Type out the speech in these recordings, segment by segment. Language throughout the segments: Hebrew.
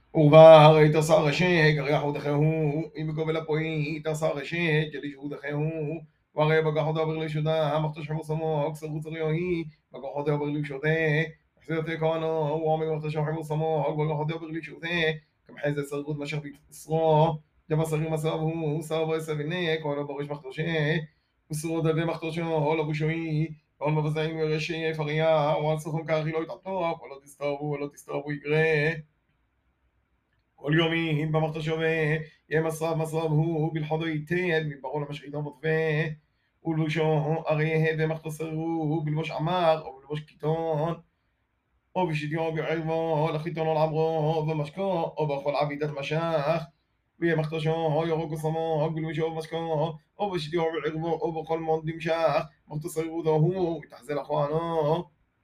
Uga reita sarashe gariah udachehu im govel apoi ta sarashe jeli udachehu ware bagahoda berlishuda amachtosh musamo aksarut ryohi bagahoda berlishude حسيت كانوا وعمي وقتشو حمل صمو بagahoda berlishude كم حيز سرغود مشر بيسرو جب صغير مسابه سابا سبنك ولا بغش مختوشه وسرود ابي مختوشه ولا بشوي ولا مبزعين ورشي فريا وانسخون كاخي לא יתעטוף ولا תסתרבו יקרה כל יומי במחתשו יהיה מסרב הוא בלחודו ייתן מברון המשחיתו מותווה ולבושו אריה ומחתסרו בלבוש עמר או בלבוש קיטון או בשדיו בערבו או לחיתון על עברו במשקו או בכל עבידת משך ויהיה מחתשו ירוק וסמו או בלבושו במשקו או בשדיו בערבו או בכל מון דמשך מחתסרו דהו ותחזל אחואנו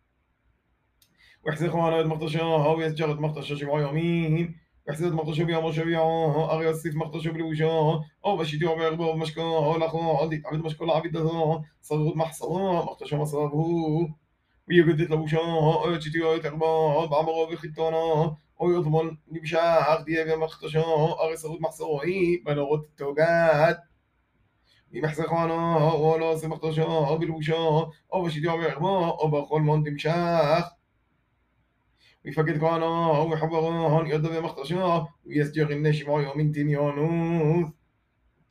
واحزق وانا مختصه ويسجرت مختصه شبع يومين واحزق مختصه بيوم شبيعه أغي السيف مختصه بالوجه أو بشيتي وبيغبه ومشكه لخو عدي تعبد مشكه لعبده صغر محصره مختصه مصابه ويقدت لوشه أو تشتي ويتغبه بعمره بختانه أو يضمن نبشا أغديه بمختصه أغي صغر محصره بلغت التوقات يمحزق وانا ولا سيف مختصه بالوجه أو بشيتي وبيغبه أو بخول من دمشاخ ويفقد كانه ويحبغان يضرب مختصاه ويسجغ النشم يوم تنيانوث